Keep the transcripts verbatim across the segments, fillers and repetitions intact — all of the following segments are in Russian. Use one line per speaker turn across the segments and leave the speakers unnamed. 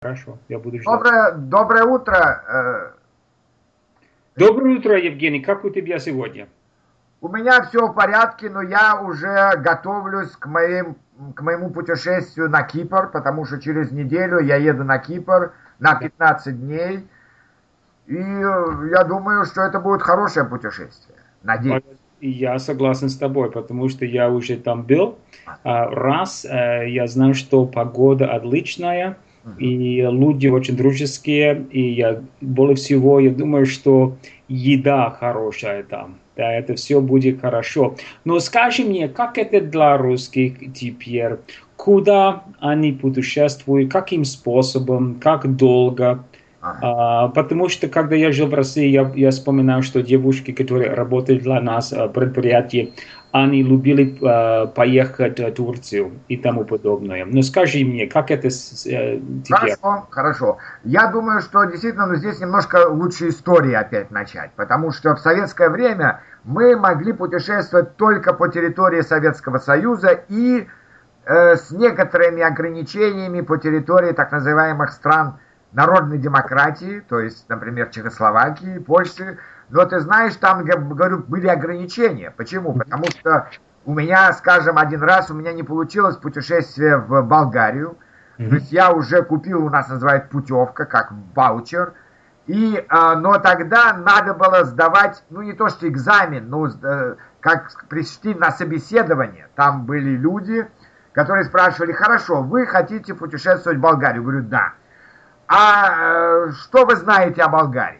Хорошо, я буду ждать.
Доброе, доброе утро.
Доброе утро, Евгений. Как у тебя сегодня?
У меня все в порядке, но я уже готовлюсь к, моим, к моему путешествию на Кипр, потому что через неделю я еду на Кипр на
Да.
пятнадцать дней. И я думаю, что это будет хорошее путешествие.
А,
Надеюсь.
Я согласен с тобой, потому что я уже там был. А, Раз, э, я знаю, что погода отличная,
Мгм.
и люди очень дружеские, и я, более всего, я думаю, что еда хорошая там. Да, это все будет хорошо. Но скажи мне, как это для русских теперь? Куда они путешествуют, каким способом, как долго?
Ага.
А, потому что, когда я жил в России, я, я вспоминал, что девушки, которые работали для нас в предприятии, они любили а, поехать в Турцию и тому подобное. Но скажи мне, как это с- э, теперь?
Хорошо, хорошо. Я думаю, что действительно ну, здесь немножко лучше истории опять начать, потому что в советское время мы могли путешествовать только по территории Советского Союза и э, с некоторыми ограничениями по территории так называемых стран народной демократии, то есть, например, Чехословакии, Польши. Но ты знаешь, там, говорю, были ограничения. Почему? Потому что у меня, скажем, один раз у меня не получилось путешествие в Болгарию. То
Мгм.
есть я уже купил, у нас называют путевка, как ваучер. И, а, но тогда надо было сдавать, ну не то что экзамен, но э, как пришли на собеседование. Там были люди, которые спрашивали: хорошо, вы хотите путешествовать в Болгарию? Говорю, да. А э, что вы знаете о Болгарии?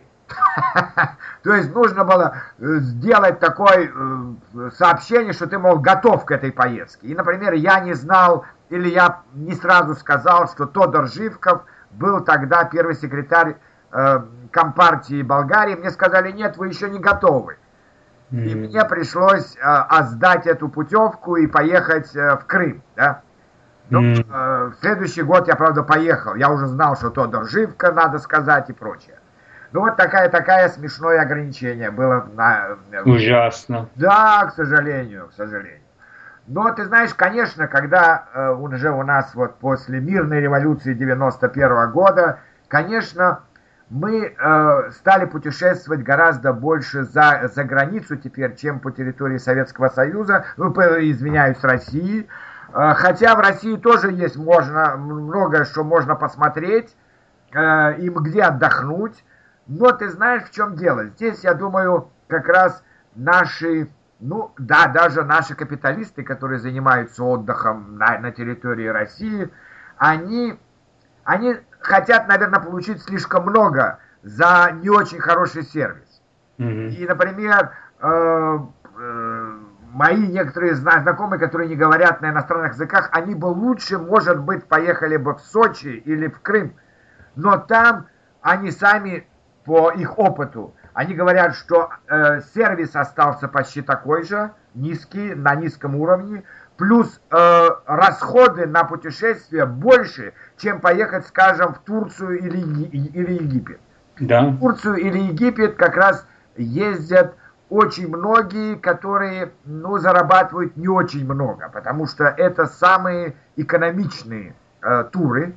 То есть нужно было э, сделать такое э, сообщение, что ты, мол, готов к этой поездке. И, например, я не знал, или я не сразу сказал, что Тодор Живков был тогда первый секретарь э, Компартии Болгарии. Мне сказали: нет, вы еще не готовы. И мне
М,
пришлось э, сдать эту путевку и поехать э, в Крым. Да? Ну,
м.
э, в следующий год я, правда, поехал. Я уже знал, что Тодор Живко, надо сказать, и прочее. Ну, вот такая, такая смешное ограничение было. На,
Ужасно.
да, к сожалению, к сожалению. Но ты знаешь, конечно, когда э, уже у нас вот после мирной революции девяносто первого года, конечно, мы э, стали путешествовать гораздо больше за, за границу теперь, чем по территории Советского Союза, ну, извиняюсь, России. Э, хотя в России тоже есть можно, многое, что можно посмотреть, э, им где отдохнуть. Но ты знаешь, в чем дело? Здесь, я думаю, как раз наши, ну да, даже наши капиталисты, которые занимаются отдыхом на, на территории России, они, они хотят, наверное, получить слишком много за не очень хороший сервис.
Мгм.
И, например, э, э, мои некоторые знакомые, которые не говорят на иностранных языках, они бы лучше, может быть, поехали бы в Сочи или в Крым, но там они сами, по их опыту, они говорят, что э, сервис остался почти такой же, низкий, на низком уровне, плюс э, расходы на путешествие больше, чем поехать, скажем, в Турцию или, или Египет.
Да.
В Турцию или Египет как раз ездят очень многие, которые, ну, зарабатывают не очень много, потому что это самые экономичные э, туры.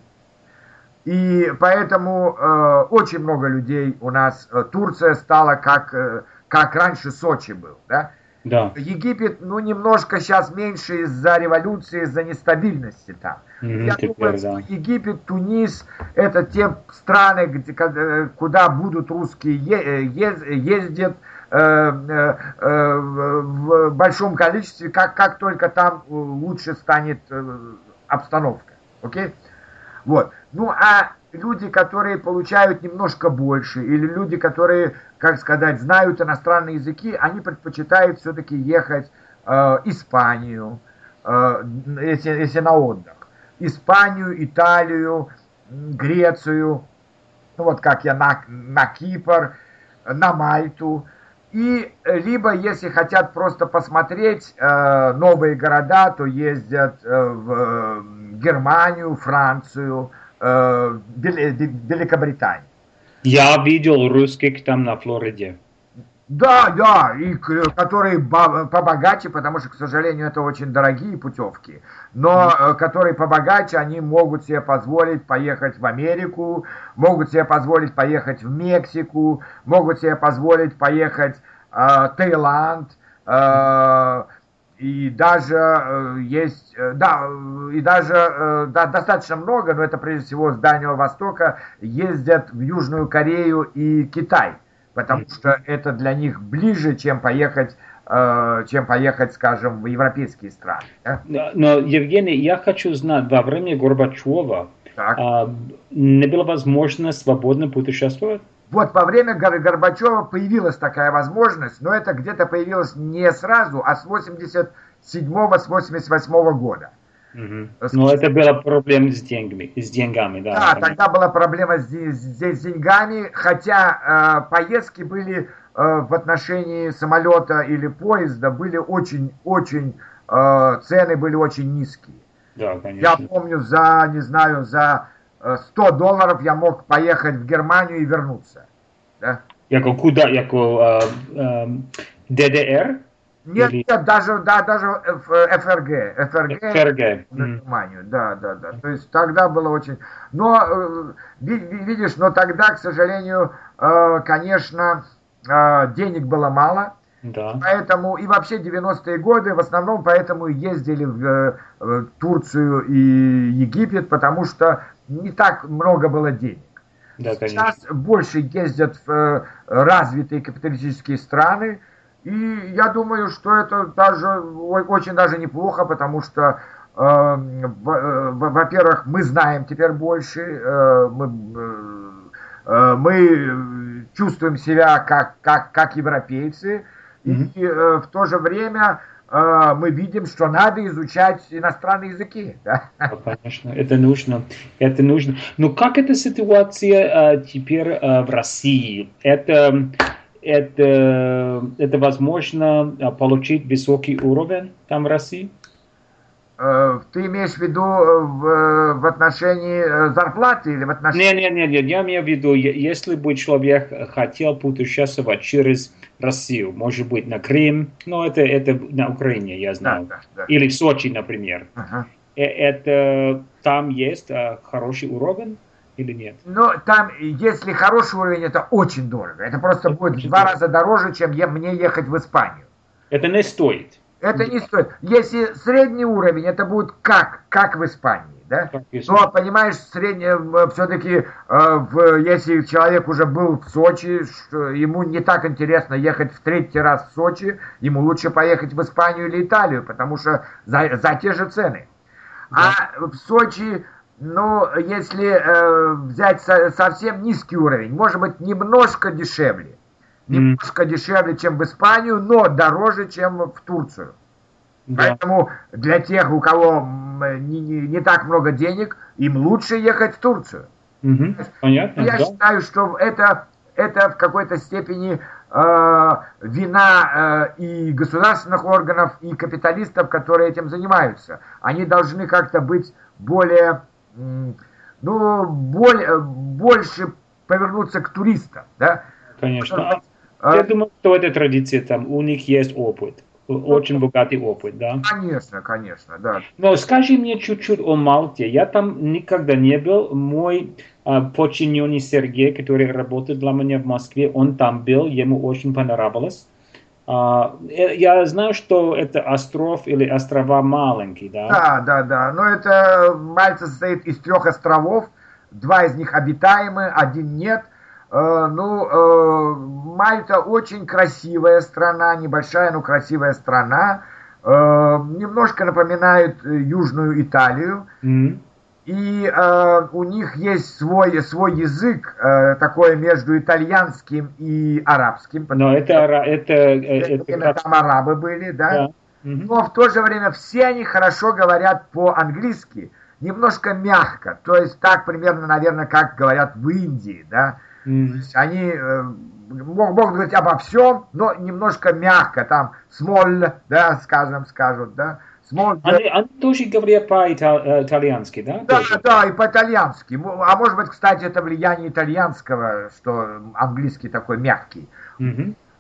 И поэтому э, очень много людей у нас. Э, Турция стала как, э, как раньше Сочи был. Да?
Да.
Египет, ну, немножко сейчас меньше из-за революции, из-за нестабильности там. Но
Мгм,
я думаю,
теперь
что
да.
Египет, Тунис — это те страны, где, э, куда будут русские ездят э, э, э, в большом количестве, как, как только там лучше станет э, обстановка. Окей? Вот. Ну, а люди, которые получают немножко больше, или люди, которые, как сказать, знают иностранные языки, они предпочитают все-таки ехать э, Испанию, э, если, если на отдых. Испанию, Италию, Грецию, ну вот как я на, на Кипр, на Мальту. И либо, если хотят просто посмотреть э, новые города, то ездят э, в э, Германию, Францию, э, Великобританию.
Я видел русских там на Флориде.
Да, да, и которые побогаче, потому что, к сожалению, это очень дорогие путевки, но э, которые побогаче, они могут себе позволить поехать в Америку, могут себе позволить поехать в Мексику, могут себе позволить поехать э, в Таиланд, э, и даже э, есть, э, да, и даже э, да, достаточно много, но это прежде всего с Дальнего Востока, ездят в Южную Корею и Китай. Потому что это для них ближе, чем поехать, э, чем поехать, скажем, в европейские страны. Да?
Но, Евгений, я хочу знать, во время Горбачева
Так.
а, не было возможно свободно путешествовать?
Вот во время Гор- Горбачева появилась такая возможность, но это где-то появилось не сразу, а с восемьдесят седьмого, с восемьдесят восьмого года.
Угу.
С-
Но это была проблема с деньгами, с деньгами, да.
Да,
понятно.
тогда была проблема с, де- здесь с деньгами, хотя э, поездки были э, в отношении самолета или поезда были очень-очень, э, цены были очень низкие.
Да,
Я
конечно.
помню, за, не знаю, за э, сто долларов я мог поехать в Германию и вернуться. Да?
Яко куда? Яко а, а, ДДР?
Нет,
Или
нет, даже, да, даже Ф- ФРГ, ФРГ
ФРГ?
на
М.
Германию, да, да, да. То есть тогда было очень... Но, э, ви- ви- видишь, но тогда, к сожалению, э, конечно, э, денег было мало,
Да,
поэтому и вообще девяностые годы в основном поэтому и ездили в э, в Турцию и Египет, потому что не так много было денег.
да,
Сейчас
конечно.
больше ездят в э, развитые капиталистические страны, и я думаю, что это даже о- очень даже неплохо, потому что, э, в- э, в- во-первых, мы знаем теперь больше, э, мы, э, э, мы чувствуем себя как, как, как европейцы, и
Мгм.
э, в то же время э, мы видим, что надо изучать иностранные языки. Да?
Да, конечно, это нужно. Это нужно. Но как эта ситуация а, теперь а, в России? Это, это, это возможно а, получить высокий уровень там в России?
Э, Ты имеешь в виду э, в, в отношении э, зарплаты или в отношении...
Нет, нет, нет, нет, я имею в виду, е- если бы человек хотел путешествовать через Россию, может быть, на Крым, но это, это на Украине, я
Да,
знаю,
да, да.
или в Сочи, например,
Ага.
Э, это там есть а, хороший уровень или нет?
Но там, если хороший уровень, это очень дорого. Это просто
Это
будет в
очень
два
дорого.
раза дороже, чем е- мне ехать в Испанию.
Это не стоит.
Это не
Да,
стоит. Если средний уровень, это будет как, как в Испании, да?
как в
Но,
Испании.
понимаешь, средний, все-таки, э, если человек уже был в Сочи, что ему не так интересно ехать в третий раз в Сочи, ему лучше поехать в Испанию или Италию, потому что за, за те же цены. А
Да.
в Сочи, ну, если э, взять со- совсем низкий уровень, может быть, немножко дешевле.
М,
Немножко дешевле, чем в Испанию, но дороже, чем в Турцию.
да.
Поэтому для тех, у кого м, не, не- не так много денег, им лучше ехать в Турцию.
Мгм.
Но
Понятно,
я
да.
считаю, что это, это в какой-то степени э, вина э, и государственных органов, и капиталистов, которые этим занимаются. Они должны как-то быть более, м, ну, более, больше повернуться к туристам, да? Может
Конечно.
быть,
А, я
э,
думаю, что это традиция там, у них есть опыт,
ну,
очень богатый опыт, да.
конечно, конечно, да.
Но скажи мне чуть-чуть о Малте. Я там никогда не был. Мой а, подчиненный Сергей, который работает для меня в Москве, он там был, ему очень понравилось. А, э, я знаю, что это остров или острова маленькие, да?
Да, да, да. Но это Мальта состоит из трех островов. Два из них обитаемы, один нет. Э, Ну, э, Мальта очень красивая страна, небольшая, но красивая страна. Э, Немножко напоминает э, Южную Италию.
М.
И э, у них есть свой, свой язык, э, такой между итальянским и арабским, потому
Но это, ара- это,
что в
э,
это
это
время
как...
там арабы были, да.
Да. Мгм.
Но в то же время все они хорошо говорят по-английски, немножко мягко, то есть так примерно, наверное, как говорят в Индии, да. То
М.
есть они э, могут говорить обо всем, но немножко мягко, там small, да, скажем, скажут, да, small,
Они, они тоже говорят по-итальянски, да,
да,
тоже?
да, и по-итальянски. А может быть, кстати, это влияние итальянского, что английский такой мягкий.
Мгм.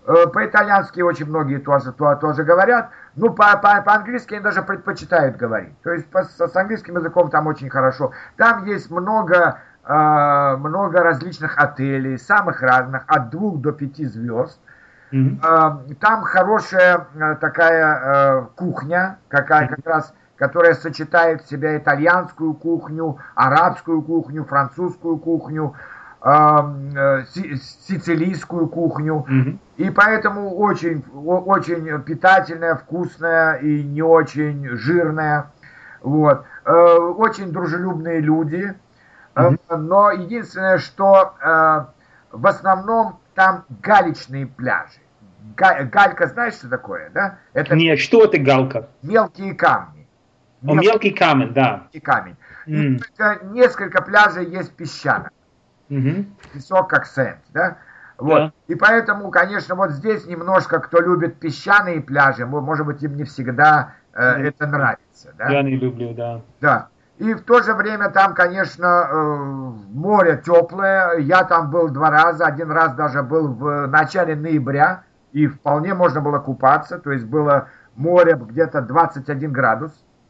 По-итальянски очень многие тоже, тоже говорят. Ну, по- по- по-английски они даже предпочитают говорить. То есть по- с английским языком там очень хорошо. Там есть много, э, много различных отелей, самых разных, от двух до пяти звезд.
Мгм.
Э, Там хорошая э, такая э, кухня, какая, как раз, которая сочетает в себя итальянскую кухню, арабскую кухню, французскую кухню, э, э, си- сицилийскую кухню.
Мгм.
И поэтому очень, о- очень питательная, вкусная и не очень жирная. Вот. Э, Очень дружелюбные люди. Э,
Мгм.
Но единственное, что э, в основном там галечные пляжи. Га- Галька, знаешь, что такое, да? Это
Нет, что ты, Галка?
мелкие камни.
О,
Мелкий
мелкий камень, да.
камень. И
М.
только несколько пляжей есть песчаных.
Мгм.
Песок как сент, да? Вот.
Да.
И поэтому, конечно, вот здесь немножко, кто любит песчаные пляжи, мо- может быть, им не всегда э,
Я
это нравится, да?
я не люблю, да.
Да. И в то же время там, конечно, э, море теплое. Я там был два раза. Один раз даже был в начале ноября. И вполне можно было купаться. То есть было море где-то двадцать один градус.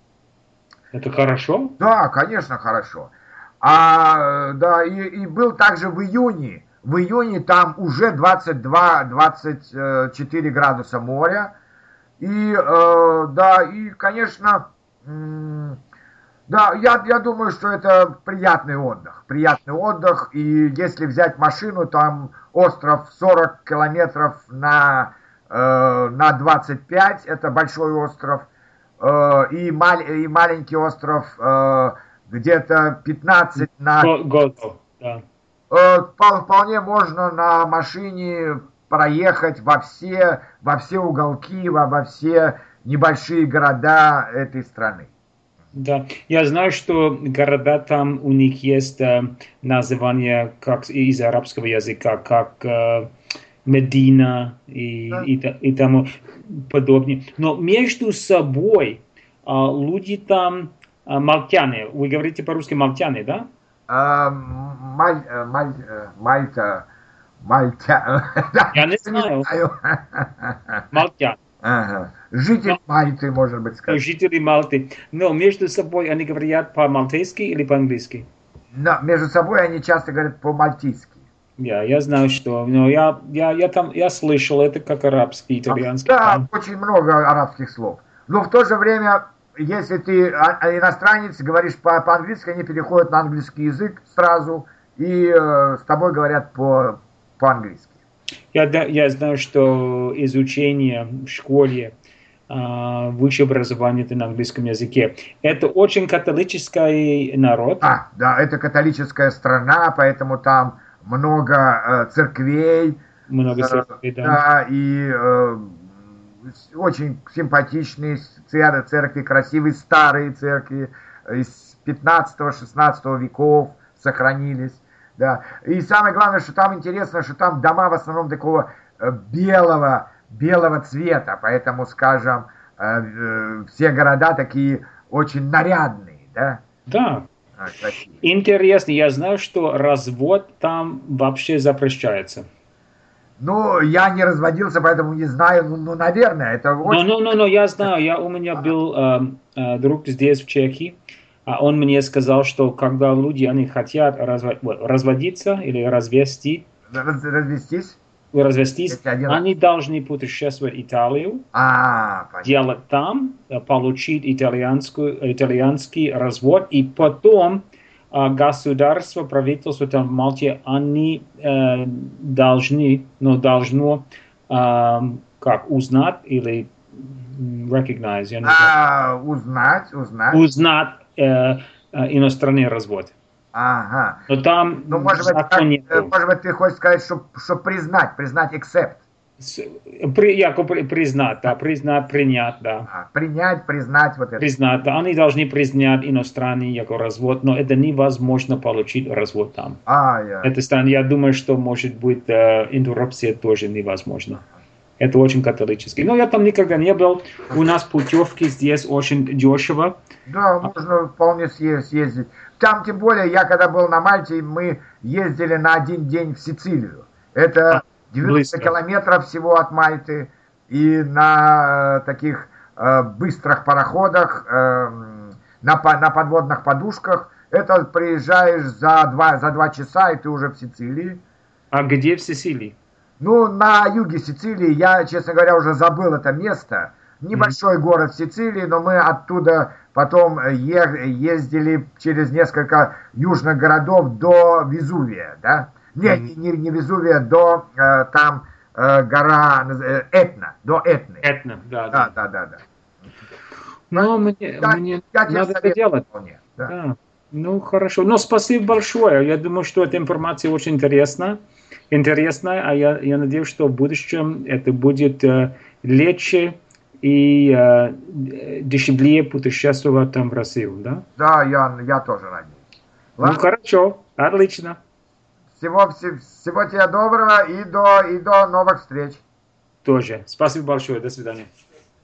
Это хорошо?
Да, конечно, хорошо. А, да, и, и был также в июне. В июне там уже двадцать два двадцать четыре градуса моря. И, э, да, и, конечно, м, да, я, я думаю, что это приятный отдых. Приятный отдых. И если взять машину, там остров сорок километров на, э, на двадцать пять. Это большой остров. Э, и, мал- и маленький остров э, где-то пятнадцать на...
Го- Готов, да.
Э, впол- вполне можно на машине проехать во все, во все уголки, во, во все небольшие города этой страны.
Да, я знаю, что города там у них есть э, название как из арабского языка, как э, Медина
Да.
и, и, та- и тому подобное. Но между собой э, люди там э, мальтяне. Вы говорите по-русски мальтяне, да?
А, Маль- э, Маль- э, Мальта, Мальтя, да,
Я не
не
знаю.
знаю.
Мальтяне.
Ага. Житель
Но
Мальты, может быть, сказать.
жители Малты. Но между собой они говорят по-мальтейски или по-английски?
Но между собой они часто говорят по-мальтийски.
Я, я знаю, что, но я, я, я там, я слышал это как арабский, итальянский
Да,
там.
очень много арабских слов. Но в то же время, если ты а- а иностранец, говоришь по- по-английски, они переходят на английский язык сразу и э, с тобой говорят по- по-английски.
Я, да- я знаю, что изучение в школе, а, высшее образование это на английском языке. Это очень католический народ.
А, да, это католическая страна, поэтому там много э, церквей,
Много
э,
церквей, да.
да, и э, с- очень симпатичные цер- церкви, красивые старые церкви из пятнадцатого-шестнадцатого веков сохранились, да. И самое главное, что там интересно, что там дома в основном такого э, белого, белого цвета, поэтому, скажем, э, э, все города такие очень нарядные, да.
Да.
А, красивые.
Интересно, я знаю, что развод там вообще запрещается.
Ну, я не разводился, поэтому не знаю. Ну, ну, наверное, это
Но,
очень...
но, но, но я знаю, я, у меня был э, э, друг здесь, в Чехии, а он мне сказал, что когда люди, они хотят разво- вот, разводиться или развести,
Раз- развестись.
развестись,
Если один...
они должны путешествовать в Италию,
А, понятно.
делать там, э, получить итальянскую, итальянский развод, и потом э, государство, правительство там в Мальте, они э, должны, но должно э, как узнать или м, recognize, я не знаю,
А, узнать, узнать.
узнать э, э, иностранный развод.
Ага.
Но там
Ну, может быть,
закон
так, э,
нету.
может быть, ты хочешь сказать, что, что признать, признать accept.
С- При, яко при- признать, да, признать, принять, да.
А, принять, признать вот это.
Признать, да. Они должны признать иностранный яко развод, но это невозможно получить развод там.
А, я.
Это страна, я думаю, что может быть э, интеррупция тоже невозможно. Это очень католический. Но я там никогда не был. У нас путевки здесь очень дешево.
Да, можно вполне съе- съездить. Там, тем более, я когда был на Мальте, мы ездили на один день в Сицилию. Это девяносто километров всего от Мальты, и на таких э, быстрых пароходах, э, на, на подводных подушках, это приезжаешь за два, за два часа, и ты уже в Сицилии.
А где в Сицилии?
Ну, на юге Сицилии, я, честно говоря, уже забыл это место. Небольшой mm-hmm. город в Сицилии, но мы оттуда потом ездили через несколько южных городов до Везувия, да? Mm-hmm. Не, не, не Везувия, до э, там э, гора э, Этна, до Этны.
Этна, да,
да. Да, да, да.
Но мне,
я,
мне
я
надо это делать.
Вполне, да.
Да. Ну, хорошо. Но спасибо большое. Я думаю, что эта информация очень интересна. Интересная, а я, я надеюсь, что в будущем это будет э, легче и э, дешевле путешествовать там в Россию, да?
Да, я, я тоже надеюсь.
Ладно? Ну, хорошо. Отлично.
Всего, всего тебе доброго и до, и до новых встреч.
Тоже. Спасибо большое. До свидания.